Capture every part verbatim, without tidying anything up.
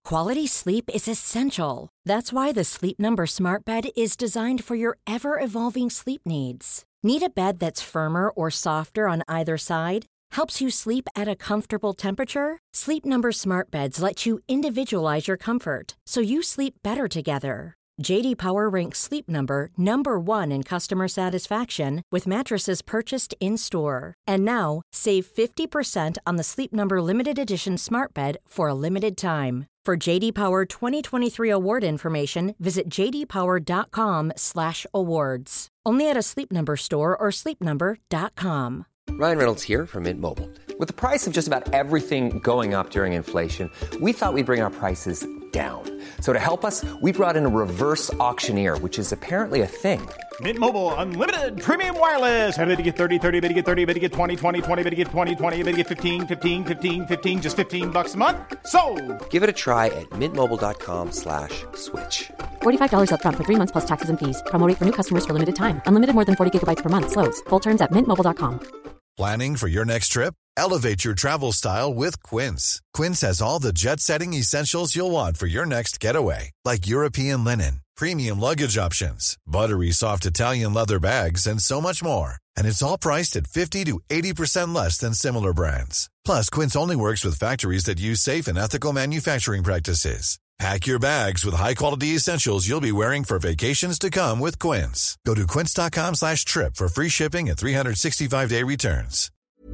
Quality sleep is essential. That's why the Sleep Number Smart Bed is designed for your ever-evolving sleep needs. Need a bed that's firmer or softer on either side? Helps you sleep at a comfortable temperature? Sleep Number Smart Beds let you individualize your comfort, so you sleep better together. J D Power ranks Sleep Number number one in customer satisfaction with mattresses purchased in-store. And now, save fifty percent on the Sleep Number Limited Edition Smart Bed for a limited time. For J D Power twenty twenty-three award information, visit j d power dot com slash awards. Only at a Sleep Number store or sleep number dot com. Ryan Reynolds here from Mint Mobile. With the price of just about everything going up during inflation, we thought we'd bring our prices down. So to help us, we brought in a reverse auctioneer, which is apparently a thing. Mint Mobile Unlimited Premium Wireless. How to get thirty, thirty, how to get thirty, how to get twenty, twenty, twenty, how to get twenty, twenty, how to get fifteen, fifteen, fifteen, fifteen, just fifteen bucks a month? Sold! Give it a try at mintmobile.com slash switch. forty-five dollars up front for three months plus taxes and fees. Promo rate for new customers for limited time. Unlimited more than forty gigabytes per month. Slows full terms at mint mobile dot com. Planning for your next trip? Elevate your travel style with Quince. Quince has all the jet-setting essentials you'll want for your next getaway, like European linen, premium luggage options, buttery soft Italian leather bags, and so much more. And it's all priced at fifty to eighty percent less than similar brands. Plus, Quince only works with factories that use safe and ethical manufacturing practices. Pack your bags with high-quality essentials you'll be wearing for vacations to come with Quince. Go to quince.com slash trip for free shipping and three sixty-five day returns.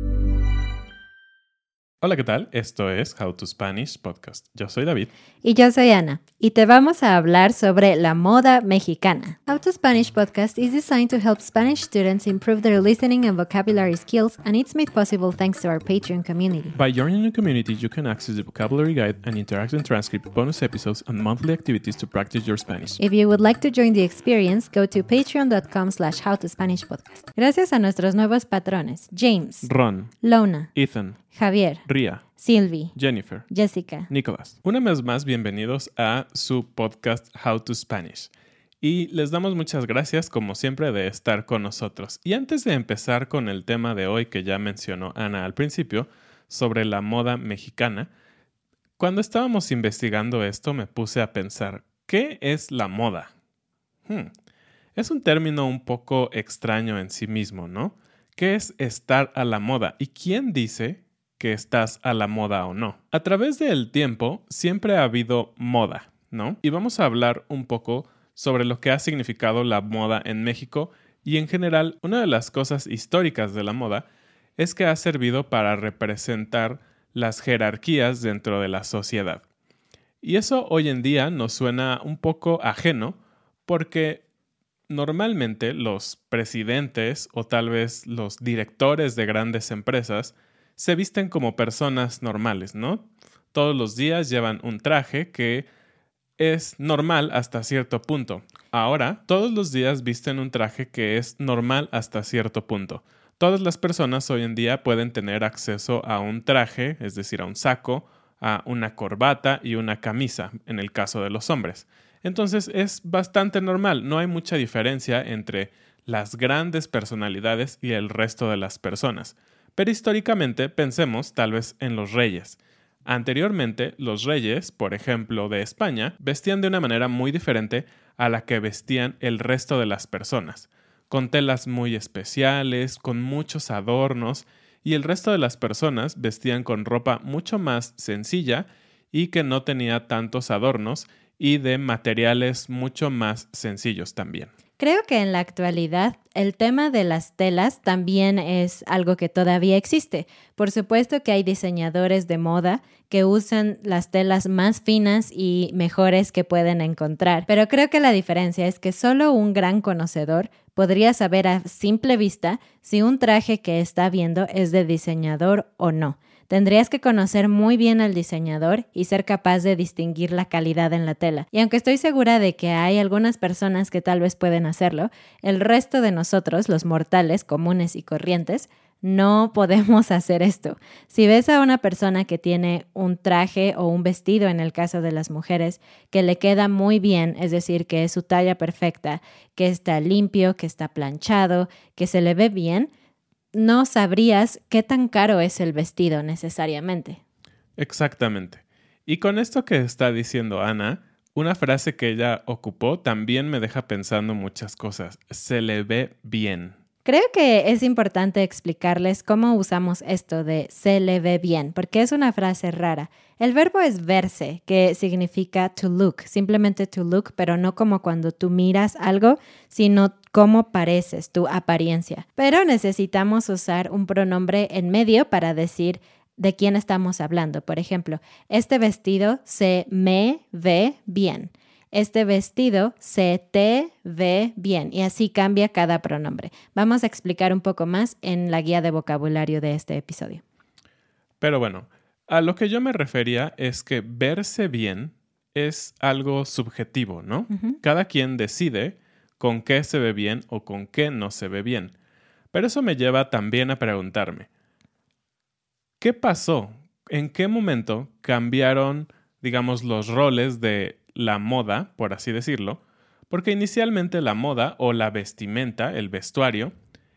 Hola, ¿qué tal? Esto es How to Spanish Podcast. Yo soy David. Y yo soy Ana. Y te vamos a hablar sobre la moda mexicana. How to Spanish Podcast is designed to help Spanish students improve their listening and vocabulary skills, and it's made possible thanks to our Patreon community. By joining the community, you can access the vocabulary guide and interactive transcript, bonus episodes, and monthly activities to practice your Spanish. If you would like to join the experience, go to patreon.com slash howtospanishpodcast. Gracias a nuestros nuevos patrones, James, Ron, Lona, Ethan, Javier, Ria, Sylvie, Jennifer, Jessica, Nicolás. Una vez más, bienvenidos a su podcast How to Spanish. Y les damos muchas gracias, como siempre, de estar con nosotros. Y antes de empezar con el tema de hoy que ya mencionó Ana al principio, sobre la moda mexicana, cuando estábamos investigando esto me puse a pensar, ¿qué es la moda? Hmm. Es un término un poco extraño en sí mismo, ¿no? ¿Qué es estar a la moda? ¿Y quién dice que estás a la moda o no? A través del tiempo siempre ha habido moda, ¿no? Y vamos a hablar un poco sobre lo que ha significado la moda en México y en general una de las cosas históricas de la moda es que ha servido para representar las jerarquías dentro de la sociedad. Y eso hoy en día nos suena un poco ajeno porque normalmente los presidentes o tal vez los directores de grandes empresas se visten como personas normales, ¿no? Todos los días llevan un traje que es normal hasta cierto punto. Ahora, todos los días visten un traje que es normal hasta cierto punto. Todas las personas hoy en día pueden tener acceso a un traje, es decir, a un saco, a una corbata y una camisa, en el caso de los hombres. Entonces, es bastante normal. No hay mucha diferencia entre las grandes personalidades y el resto de las personas. Pero históricamente pensemos tal vez en los reyes. Anteriormente, los reyes, por ejemplo, de España, vestían de una manera muy diferente a la que vestían el resto de las personas, con telas muy especiales, con muchos adornos, y el resto de las personas vestían con ropa mucho más sencilla y que no tenía tantos adornos y de materiales mucho más sencillos también. Creo que en la actualidad el tema de las telas también es algo que todavía existe. Por supuesto que hay diseñadores de moda que usan las telas más finas y mejores que pueden encontrar, pero creo que la diferencia es que solo un gran conocedor podría saber a simple vista si un traje que está viendo es de diseñador o no. Tendrías que conocer muy bien al diseñador y ser capaz de distinguir la calidad en la tela. Y aunque estoy segura de que hay algunas personas que tal vez pueden hacerlo, el resto de nosotros, los mortales comunes y corrientes, no podemos hacer esto. Si ves a una persona que tiene un traje o un vestido, en el caso de las mujeres, que le queda muy bien, es decir, que es su talla perfecta, que está limpio, que está planchado, que se le ve bien, no sabrías qué tan caro es el vestido necesariamente. Exactamente. Y con esto que está diciendo Ana, una frase que ella ocupó también me deja pensando muchas cosas. Se le ve bien. Creo que es importante explicarles cómo usamos esto de se le ve bien, porque es una frase rara. El verbo es verse, que significa to look, simplemente to look, pero no como cuando tú miras algo, sino cómo pareces, tu apariencia. Pero necesitamos usar un pronombre en medio para decir de quién estamos hablando. Por ejemplo, este vestido se me ve bien. Este vestido se te ve bien. Y así cambia cada pronombre. Vamos a explicar un poco más en la guía de vocabulario de este episodio. Pero bueno, a lo que yo me refería es que verse bien es algo subjetivo, ¿no? Uh-huh. Cada quien decide con qué se ve bien o con qué no se ve bien. Pero eso me lleva también a preguntarme, ¿qué pasó? ¿En qué momento cambiaron, digamos, los roles de la moda, por así decirlo? Porque inicialmente la moda o la vestimenta, el vestuario,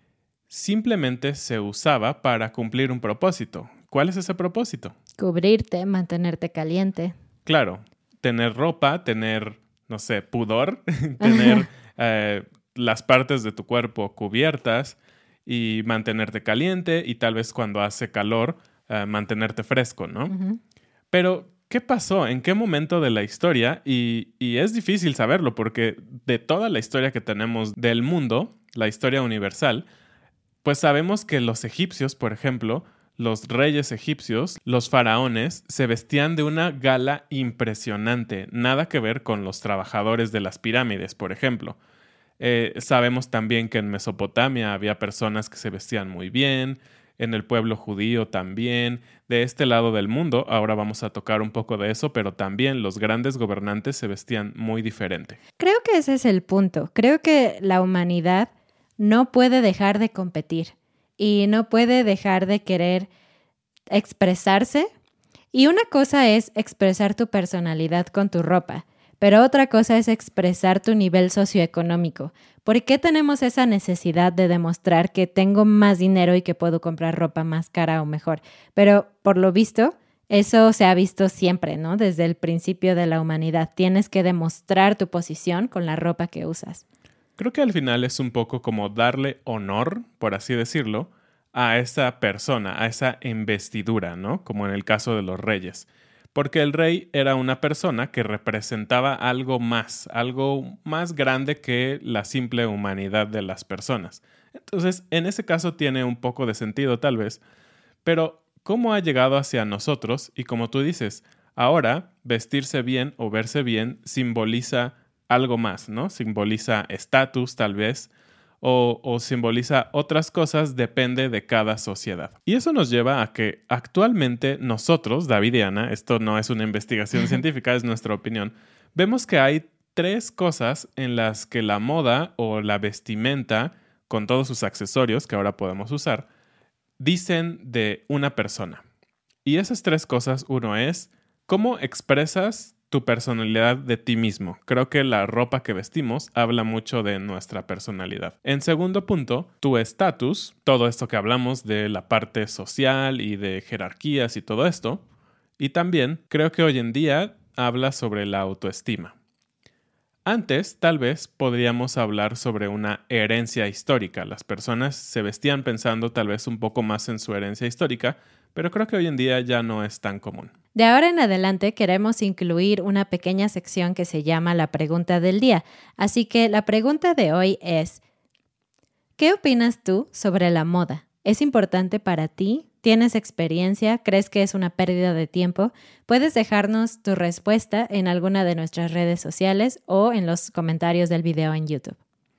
simplemente se usaba para cumplir un propósito. ¿Cuál es ese propósito? Cubrirte, mantenerte caliente. Claro, tener ropa, tener, no sé, pudor, tener eh, las partes de tu cuerpo cubiertas y mantenerte caliente y tal vez cuando hace calor, uh, mantenerte fresco, ¿no? Uh-huh. Pero, ¿qué pasó? ¿En qué momento de la historia? Y, y es difícil saberlo porque de toda la historia que tenemos del mundo, la historia universal, pues sabemos que los egipcios, por ejemplo, los reyes egipcios, los faraones, se vestían de una gala impresionante. Nada que ver con los trabajadores de las pirámides, por ejemplo. Eh, sabemos también que en Mesopotamia había personas que se vestían muy bien, en el pueblo judío también. De este lado del mundo, ahora vamos a tocar un poco de eso, pero también los grandes gobernantes se vestían muy diferente. Creo que ese es el punto. Creo que la humanidad no puede dejar de competir y no puede dejar de querer expresarse. Y una cosa es expresar tu personalidad con tu ropa, pero otra cosa es expresar tu nivel socioeconómico. ¿Por qué tenemos esa necesidad de demostrar que tengo más dinero y que puedo comprar ropa más cara o mejor? Pero por lo visto, eso se ha visto siempre, ¿no? Desde el principio de la humanidad. Tienes que demostrar tu posición con la ropa que usas. Creo que al final es un poco como darle honor, por así decirlo, a esa persona, a esa investidura, ¿no? Como en el caso de los reyes. Porque el rey era una persona que representaba algo más, algo más grande que la simple humanidad de las personas. Entonces, en ese caso tiene un poco de sentido tal vez, pero ¿cómo ha llegado hacia nosotros? Y como tú dices, ahora vestirse bien o verse bien simboliza algo más, ¿no? Simboliza estatus tal vez, O, o simboliza otras cosas, depende de cada sociedad. Y eso nos lleva a que actualmente nosotros, David y Ana, esto no es una investigación científica, es nuestra opinión, vemos que hay tres cosas en las que la moda o la vestimenta, con todos sus accesorios que ahora podemos usar, dicen de una persona. Y esas tres cosas, uno es, ¿cómo expresas tu personalidad de ti mismo? Creo que la ropa que vestimos habla mucho de nuestra personalidad. En segundo punto, tu estatus, todo esto que hablamos de la parte social y de jerarquías y todo esto. Y también creo que hoy en día habla sobre la autoestima. Antes, tal vez, podríamos hablar sobre una herencia histórica. Las personas se vestían pensando tal vez un poco más en su herencia histórica, pero creo que hoy en día ya no es tan común. De ahora en adelante queremos incluir una pequeña sección que se llama la pregunta del día. Así que la pregunta de hoy es, ¿qué opinas tú sobre la moda? ¿Es importante para ti? ¿Tienes experiencia? ¿Crees que es una pérdida de tiempo? Puedes dejarnos tu respuesta en alguna de nuestras redes sociales o en los comentarios del video en YouTube.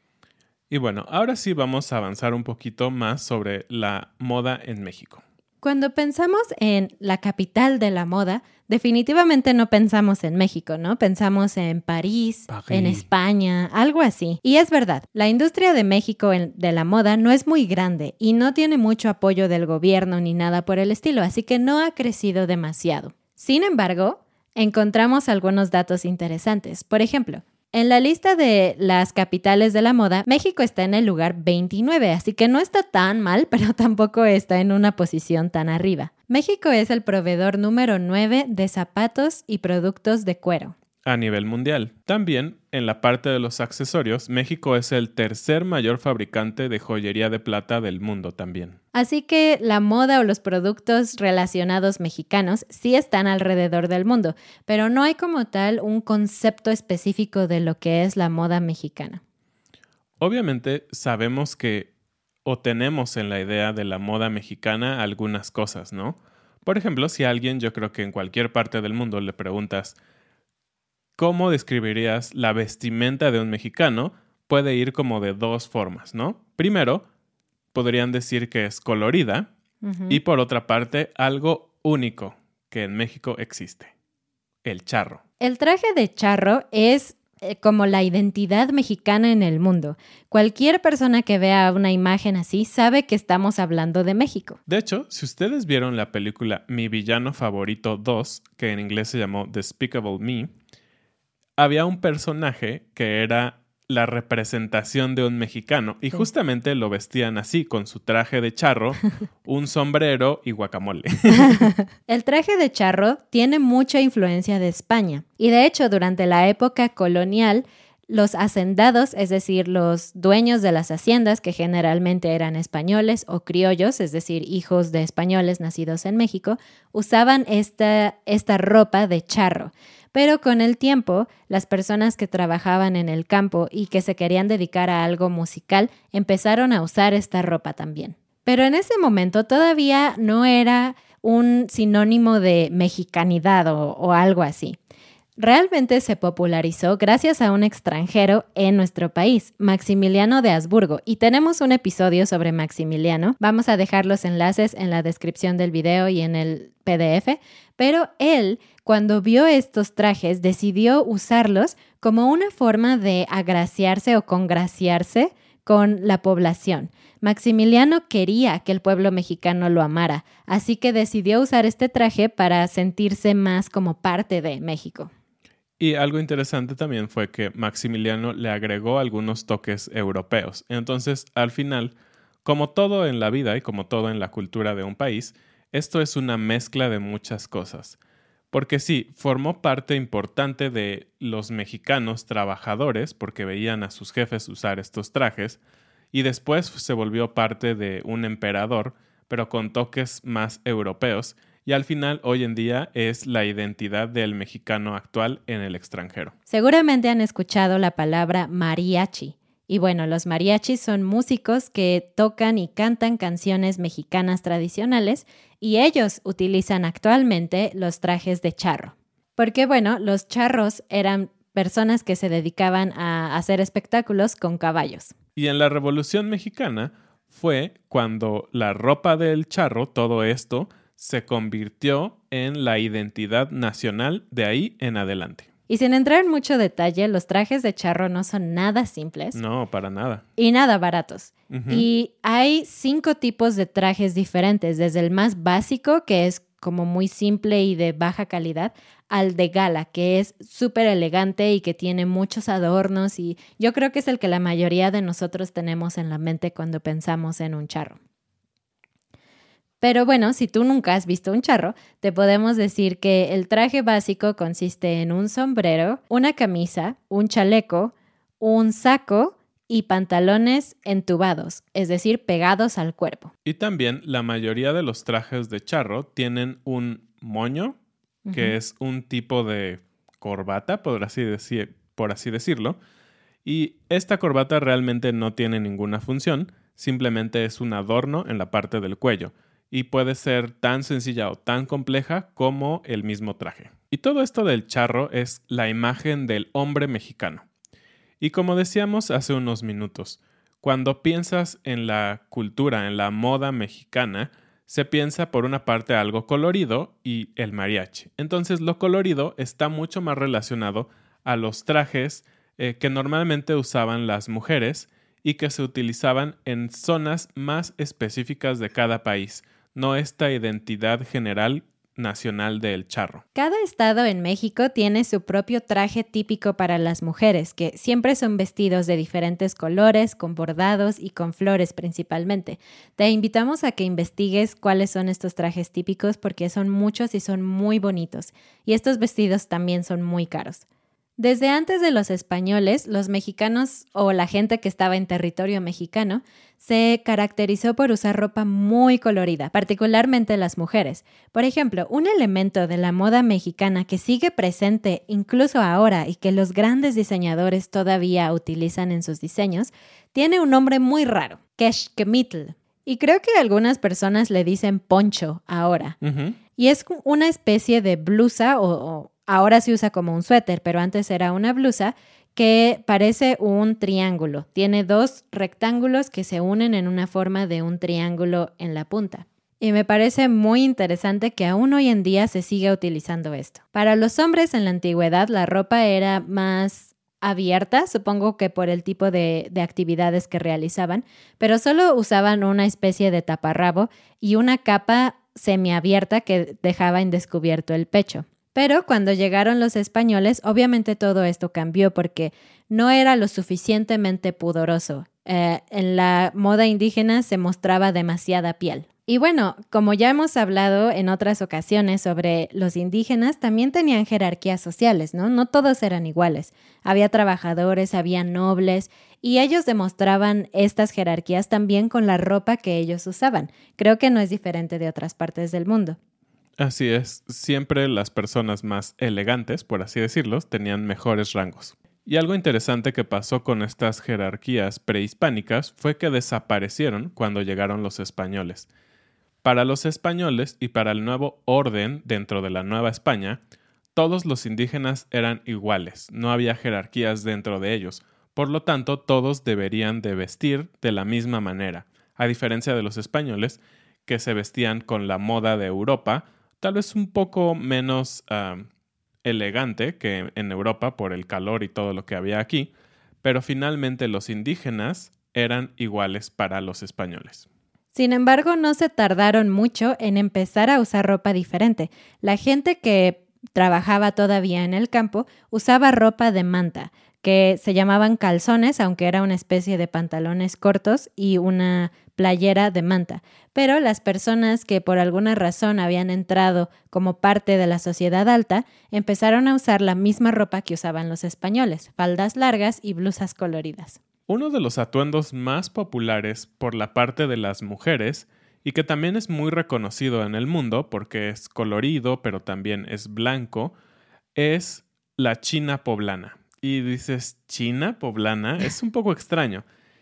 Y bueno, ahora sí vamos a avanzar un poquito más sobre la moda en México. Cuando pensamos en la capital de la moda, definitivamente no pensamos en México, ¿no? Pensamos en París, París, en España, algo así. Y es verdad, la industria de México de la moda no es muy grande y no tiene mucho apoyo del gobierno ni nada por el estilo, así que no ha crecido demasiado. Sin embargo, encontramos algunos datos interesantes. Por ejemplo, En la lista de las capitales de la moda, México está en el lugar veintinueve, así que no está tan mal, pero tampoco está en una posición tan arriba. México es el proveedor número nueve de zapatos y productos de cuero a nivel mundial. También, en la parte de los accesorios, México es el tercer mayor fabricante de joyería de plata del mundo también. Así que la moda o los productos relacionados mexicanos sí están alrededor del mundo, pero no hay como tal un concepto específico de lo que es la moda mexicana. Obviamente sabemos que o tenemos en la idea de la moda mexicana algunas cosas, ¿no? Por ejemplo, si a alguien, yo creo que en cualquier parte del mundo le preguntas ¿cómo describirías la vestimenta de un mexicano? Puede ir como de dos formas, ¿no? Primero, podrían decir que es colorida uh-huh. y por otra parte, algo único que en México existe, el charro. El traje de charro es eh, como la identidad mexicana en el mundo. Cualquier persona que vea una imagen así sabe que estamos hablando de México. De hecho, si ustedes vieron la película Mi Villano Favorito dos, que en inglés se llamó Despicable Me, había un personaje que era la representación de un mexicano y sí. justamente lo vestían así, con su traje de charro, un sombrero y guacamole. El traje de charro tiene mucha influencia de España y de hecho durante la época colonial los hacendados, es decir, los dueños de las haciendas, que generalmente eran españoles o criollos, es decir, hijos de españoles nacidos en México, usaban esta, esta ropa de charro. Pero con el tiempo, las personas que trabajaban en el campo y que se querían dedicar a algo musical empezaron a usar esta ropa también. Pero en ese momento todavía no era un sinónimo de mexicanidad o, o algo así. Realmente se popularizó gracias a un extranjero en nuestro país, Maximiliano de Habsburgo, y tenemos un episodio sobre Maximiliano. Vamos a dejar los enlaces en la descripción del video y en el P D F, pero él, cuando vio estos trajes, decidió usarlos como una forma de agraciarse o congraciarse con la población. Maximiliano quería que el pueblo mexicano lo amara, así que decidió usar este traje para sentirse más como parte de México. Y algo interesante también fue que Maximiliano le agregó algunos toques europeos. Entonces, al final, como todo en la vida y como todo en la cultura de un país, esto es una mezcla de muchas cosas. Porque sí, formó parte importante de los mexicanos trabajadores porque veían a sus jefes usar estos trajes y después se volvió parte de un emperador, pero con toques más europeos. Y al final, hoy en día, es la identidad del mexicano actual en el extranjero. Seguramente han escuchado la palabra mariachi. Y bueno, los mariachis son músicos que tocan y cantan canciones mexicanas tradicionales y ellos utilizan actualmente los trajes de charro. Porque bueno, los charros eran personas que se dedicaban a hacer espectáculos con caballos. Y en la Revolución Mexicana fue cuando la ropa del charro, todo esto, se convirtió en la identidad nacional de ahí en adelante. Y sin entrar en mucho detalle, los trajes de charro no son nada simples. No, para nada. Y nada baratos. Uh-huh. Y hay cinco tipos de trajes diferentes, desde el más básico, que es como muy simple y de baja calidad, al de gala, que es súper elegante y que tiene muchos adornos. Y yo creo que es el que la mayoría de nosotros tenemos en la mente cuando pensamos en un charro. Pero bueno, si tú nunca has visto un charro, te podemos decir que el traje básico consiste en un sombrero, una camisa, un chaleco, un saco y pantalones entubados, es decir, pegados al cuerpo. Y también la mayoría de los trajes de charro tienen un moño, uh-huh. que es un tipo de corbata, por así decir, por así decirlo. Y esta corbata realmente no tiene ninguna función, simplemente es un adorno en la parte del cuello. Y puede ser tan sencilla o tan compleja como el mismo traje. Y todo esto del charro es la imagen del hombre mexicano. Y como decíamos hace unos minutos, cuando piensas en la cultura, en la moda mexicana, se piensa por una parte algo colorido y el mariachi. Entonces lo colorido está mucho más relacionado a los trajes eh, que normalmente usaban las mujeres y que se utilizaban en zonas más específicas de cada país. No esta identidad general nacional del charro. Cada estado en México tiene su propio traje típico para las mujeres, que siempre son vestidos de diferentes colores, con bordados y con flores principalmente. Te invitamos a que investigues cuáles son estos trajes típicos porque son muchos y son muy bonitos. Y estos vestidos también son muy caros. Desde antes de los españoles, los mexicanos o la gente que estaba en territorio mexicano se caracterizó por usar ropa muy colorida, particularmente las mujeres. Por ejemplo, un elemento de la moda mexicana que sigue presente incluso ahora y que los grandes diseñadores todavía utilizan en sus diseños, tiene un nombre muy raro, quexquemitl. Y creo que algunas personas le dicen poncho ahora. Uh-huh. Y es una especie de blusa o... o ahora se usa como un suéter, pero antes era una blusa que parece un triángulo. Tiene dos rectángulos que se unen en una forma de un triángulo en la punta. Y me parece muy interesante que aún hoy en día se siga utilizando esto. Para los hombres en la antigüedad la ropa era más abierta, supongo que por el tipo de, de actividades que realizaban, pero solo usaban una especie de taparrabo y una capa semiabierta que dejaba en descubierto el pecho. Pero cuando llegaron los españoles, obviamente todo esto cambió porque no era lo suficientemente pudoroso. Eh, en la moda indígena se mostraba demasiada piel. Y bueno, como ya hemos hablado en otras ocasiones sobre los indígenas, también tenían jerarquías sociales, ¿no? No todos eran iguales. Había trabajadores, había nobles, y ellos demostraban estas jerarquías también con la ropa que ellos usaban. Creo que no es diferente de otras partes del mundo. Así es, siempre las personas más elegantes, por así decirlo, tenían mejores rangos. Y algo interesante que pasó con estas jerarquías prehispánicas fue que desaparecieron cuando llegaron los españoles. Para los españoles y para el nuevo orden dentro de la Nueva España, todos los indígenas eran iguales, no había jerarquías dentro de ellos. Por lo tanto, todos deberían de vestir de la misma manera, a diferencia de los españoles, que se vestían con la moda de Europa, tal vez un poco menos uh, elegante que en Europa por el calor y todo lo que había aquí, pero finalmente los indígenas eran iguales para los españoles. Sin embargo, no se tardaron mucho en empezar a usar ropa diferente. La gente que trabajaba todavía en el campo usaba ropa de manta, que se llamaban calzones, aunque era una especie de pantalones cortos y una playera de manta. Pero las personas que por alguna razón habían entrado como parte de la sociedad alta empezaron a usar la misma ropa que usaban los españoles, faldas largas y blusas coloridas. Uno de los atuendos más populares por la parte de las mujeres y que también es muy reconocido en el mundo porque es colorido pero también es blanco, es la china poblana. Y dices, ¿China poblana? Es un poco extraño.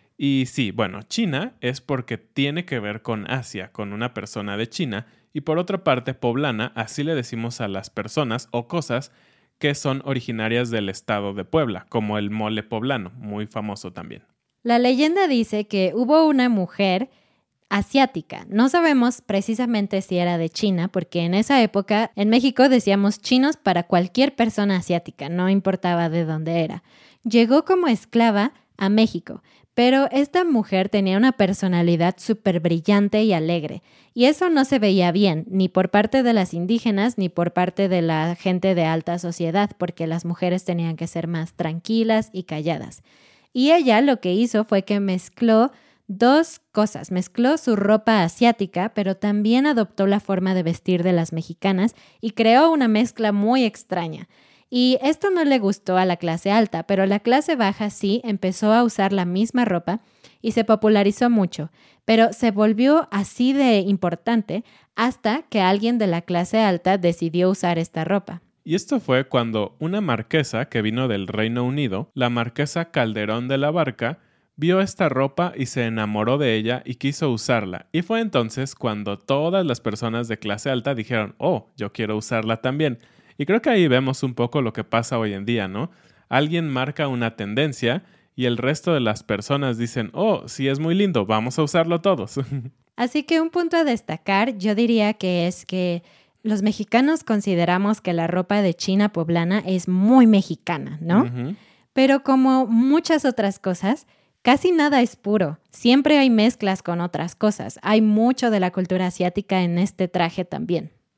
Y sí, bueno, China es porque tiene que ver con Asia, con una persona de China. Y por otra parte, poblana, así le decimos a las personas o cosas que son originarias del estado de Puebla, como el mole poblano, muy famoso también. La leyenda dice que hubo una mujer asiática. No sabemos precisamente si era de China, porque en esa época en México decíamos chinos para cualquier persona asiática, no importaba de dónde era. Llegó como esclava a México, pero esta mujer tenía una personalidad súper brillante y alegre, y eso no se veía bien, ni por parte de las indígenas, ni por parte de la gente de alta sociedad, porque las mujeres tenían que ser más tranquilas y calladas. Y ella lo que hizo fue que mezcló dos cosas. Mezcló su ropa asiática, pero también adoptó la forma de vestir de las mexicanas y creó una mezcla muy extraña. Y esto no le gustó a la clase alta, pero la clase baja sí empezó a usar la misma ropa y se popularizó mucho, pero se volvió así de importante hasta que alguien de la clase alta decidió usar esta ropa. Y esto fue cuando una marquesa que vino del Reino Unido, la marquesa Calderón de la Barca, vio esta ropa y se enamoró de ella y quiso usarla. Y fue entonces cuando todas las personas de clase alta dijeron, oh, yo quiero usarla también. Y creo que ahí vemos un poco lo que pasa hoy en día, ¿no? Alguien marca una tendencia y el resto de las personas dicen, oh, sí es muy lindo, vamos a usarlo todos. Así que un punto a destacar yo diría que es que los mexicanos consideramos que la ropa de China poblana es muy mexicana, ¿no? Uh-huh. Pero como muchas otras cosas, casi nada es puro. Siempre hay mezclas con otras cosas. Hay mucho de la cultura asiática en este traje también.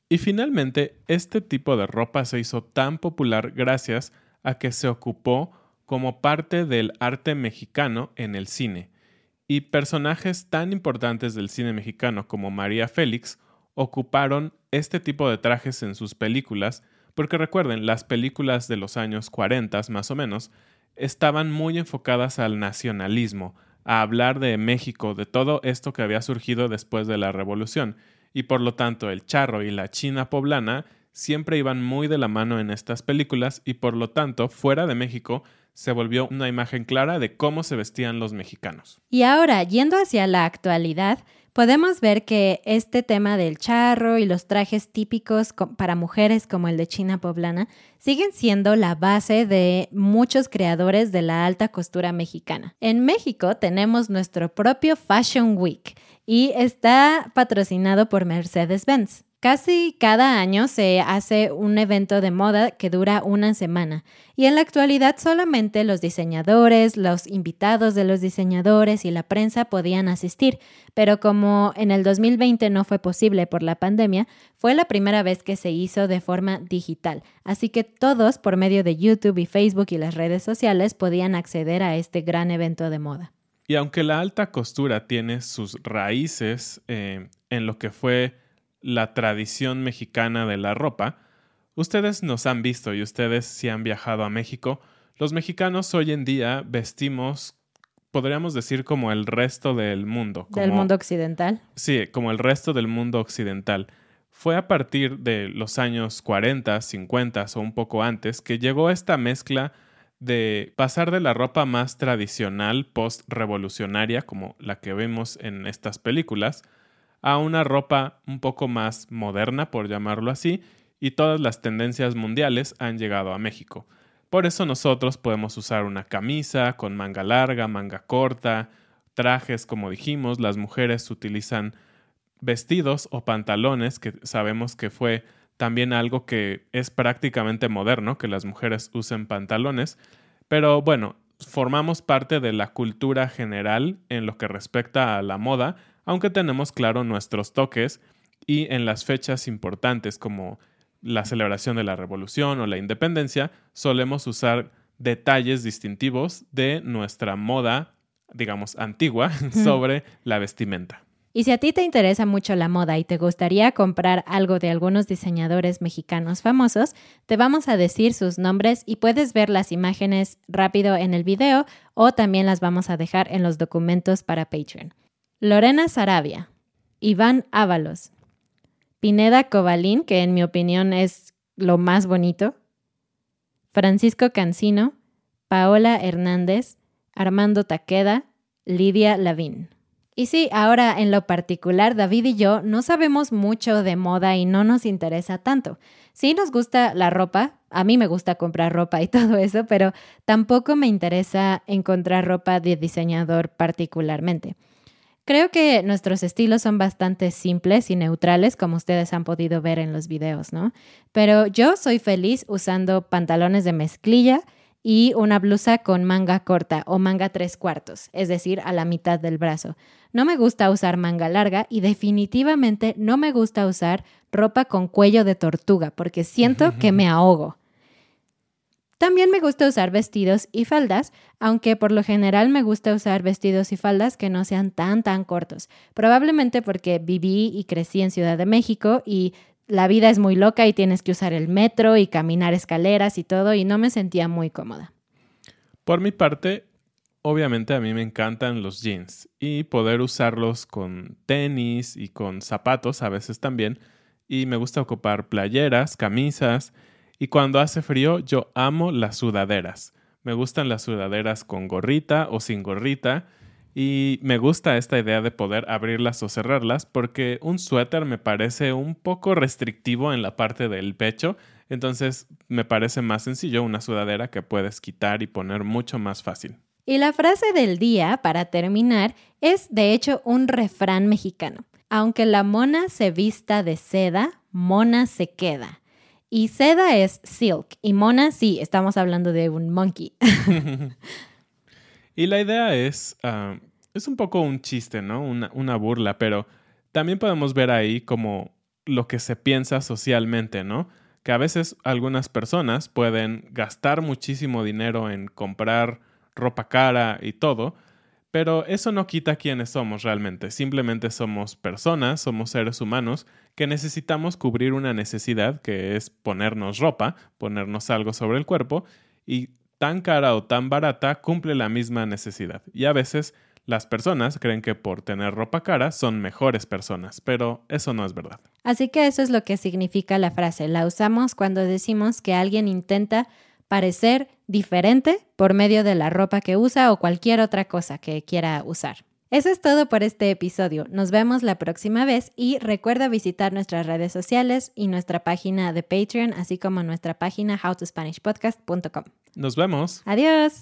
Y finalmente, este tipo de ropa se hizo tan popular gracias a que se ocupó como parte del arte mexicano en el cine. Y personajes tan importantes del cine mexicano como María Félix ocuparon este tipo de trajes en sus películas, porque recuerden, las películas de los años cuarenta más o menos estaban muy enfocadas al nacionalismo, a hablar de México, de todo esto que había surgido después de la Revolución. Y por lo tanto el charro y la china poblana siempre iban muy de la mano en estas películas y por lo tanto fuera de México se volvió una imagen clara de cómo se vestían los mexicanos. Y ahora, yendo hacia la actualidad, podemos ver que este tema del charro y los trajes típicos para mujeres como el de china poblana siguen siendo la base de muchos creadores de la alta costura mexicana. En México tenemos nuestro propio Fashion Week y está patrocinado por Mercedes-Benz. Casi cada año se hace un evento de moda que dura una semana y en la actualidad solamente los diseñadores, los invitados de los diseñadores y la prensa podían asistir, pero como en el dos mil veinte no fue posible por la pandemia, fue la primera vez que se hizo de forma digital, así que todos por medio de YouTube y Facebook y las redes sociales podían acceder a este gran evento de moda. Y aunque la alta costura tiene sus raíces eh, en lo que fue la tradición mexicana de la ropa, ustedes nos han visto y ustedes si han viajado a México, los mexicanos hoy en día vestimos, podríamos decir como el resto del mundo. Como, ¿Del mundo occidental? Sí, como el resto del mundo occidental. Fue a partir de los años cuarenta, cincuenta o un poco antes que llegó esta mezcla de pasar de la ropa más tradicional post-revolucionaria, como la que vemos en estas películas, a una ropa un poco más moderna, por llamarlo así, y todas las tendencias mundiales han llegado a México. Por eso nosotros podemos usar una camisa con manga larga, manga corta, trajes, como dijimos, las mujeres utilizan vestidos o pantalones, que sabemos que fue también algo que es prácticamente moderno, que las mujeres usen pantalones, pero bueno, formamos parte de la cultura general en lo que respecta a la moda, aunque tenemos claro nuestros toques y en las fechas importantes como la celebración de la Revolución o la Independencia, solemos usar detalles distintivos de nuestra moda, digamos, antigua, sobre la vestimenta. Y si a ti te interesa mucho la moda y te gustaría comprar algo de algunos diseñadores mexicanos famosos, te vamos a decir sus nombres y puedes ver las imágenes rápido en el video o también las vamos a dejar en los documentos para Patreon. Lorena Sarabia, Iván Ábalos, Pineda Cobalín, que en mi opinión es lo más bonito, Francisco Cancino, Paola Hernández, Armando Taqueda, Lidia Lavín. Y sí, ahora en lo particular, David y yo no sabemos mucho de moda y no nos interesa tanto. Sí nos gusta la ropa, a mí me gusta comprar ropa y todo eso, pero tampoco me interesa encontrar ropa de diseñador particularmente. Creo que nuestros estilos son bastante simples y neutrales, como ustedes han podido ver en los videos, ¿no? Pero yo soy feliz usando pantalones de mezclilla y una blusa con manga corta o manga tres cuartos, es decir, a la mitad del brazo. No me gusta usar manga larga y definitivamente no me gusta usar ropa con cuello de tortuga porque siento que me ahogo. También me gusta usar vestidos y faldas, aunque por lo general me gusta usar vestidos y faldas que no sean tan tan cortos. Probablemente porque viví y crecí en Ciudad de México y la vida es muy loca y tienes que usar el metro y caminar escaleras y todo y no me sentía muy cómoda. Por mi parte, obviamente a mí me encantan los jeans y poder usarlos con tenis y con zapatos a veces también. Y me gusta ocupar playeras, camisas. Y cuando hace frío, yo amo las sudaderas. Me gustan las sudaderas con gorrita o sin gorrita. Y me gusta esta idea de poder abrirlas o cerrarlas porque un suéter me parece un poco restrictivo en la parte del pecho. Entonces me parece más sencillo una sudadera que puedes quitar y poner mucho más fácil. Y la frase del día, para terminar, es de hecho un refrán mexicano. Aunque la mona se vista de seda, mona se queda. Y seda es silk y mona sí, estamos hablando de un monkey. Y la idea es, uh, es un poco un chiste, ¿no? Una, una burla, pero también podemos ver ahí como lo que se piensa socialmente, ¿no? Que a veces algunas personas pueden gastar muchísimo dinero en comprar ropa cara y todo, pero eso no quita quiénes somos realmente. Simplemente somos personas, somos seres humanos que necesitamos cubrir una necesidad que es ponernos ropa, ponernos algo sobre el cuerpo, y tan cara o tan barata cumple la misma necesidad. Y a veces las personas creen que por tener ropa cara son mejores personas, pero eso no es verdad. Así que eso es lo que significa la frase. La usamos cuando decimos que alguien intenta parecer diferente por medio de la ropa que usa o cualquier otra cosa que quiera usar. Eso es todo por este episodio. Nos vemos la próxima vez y recuerda visitar nuestras redes sociales y nuestra página de Patreon, así como nuestra página how to spanish podcast punto com. Nos vemos. Adiós.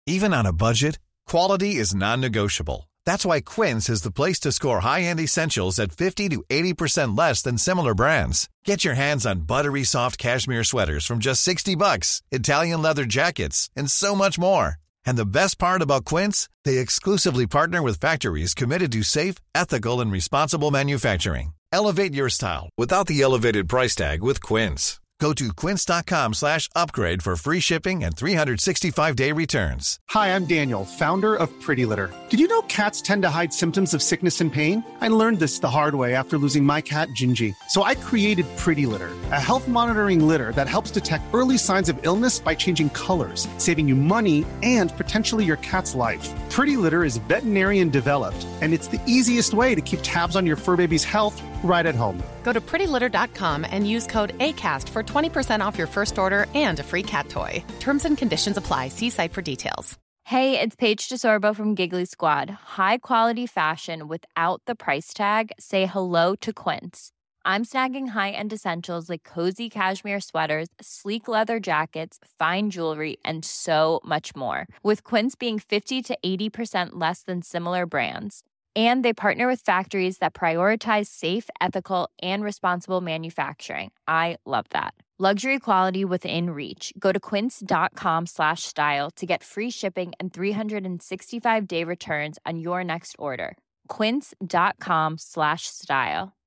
Even on a budget, quality is non-negotiable. That's why Quince is the place to score high-end essentials at fifty to eighty percent less than similar brands. Get your hands on buttery soft cashmere sweaters from just sixty bucks, Italian leather jackets, and so much more. And the best part about Quince, they exclusively partner with factories committed to safe, ethical, and responsible manufacturing. Elevate your style without the elevated price tag with Quince. Go to quince.com slash upgrade for free shipping and three sixty-five day returns. Hi, I'm Daniel, founder of Pretty Litter. Did you know cats tend to hide symptoms of sickness and pain? I learned this the hard way after losing my cat, Gingy. So I created Pretty Litter, a health monitoring litter that helps detect early signs of illness by changing colors, saving you money and potentially your cat's life. Pretty Litter is veterinarian developed, and it's the easiest way to keep tabs on your fur baby's health right at home. Go to pretty litter dot com and use code ACAST for twenty percent off your first order and a free cat toy. Terms and conditions apply. See site for details. Hey, it's Paige DeSorbo from Giggly Squad. High quality fashion without the price tag. Say hello to Quince. I'm snagging high-end essentials like cozy cashmere sweaters, sleek leather jackets, fine jewelry, and so much more. With Quince being fifty to eighty percent less than similar brands. And they partner with factories that prioritize safe, ethical, and responsible manufacturing. I love that. Luxury quality within reach. Go to quince.com slash style to get free shipping and three sixty-five day returns on your next order. Quince.com slash style.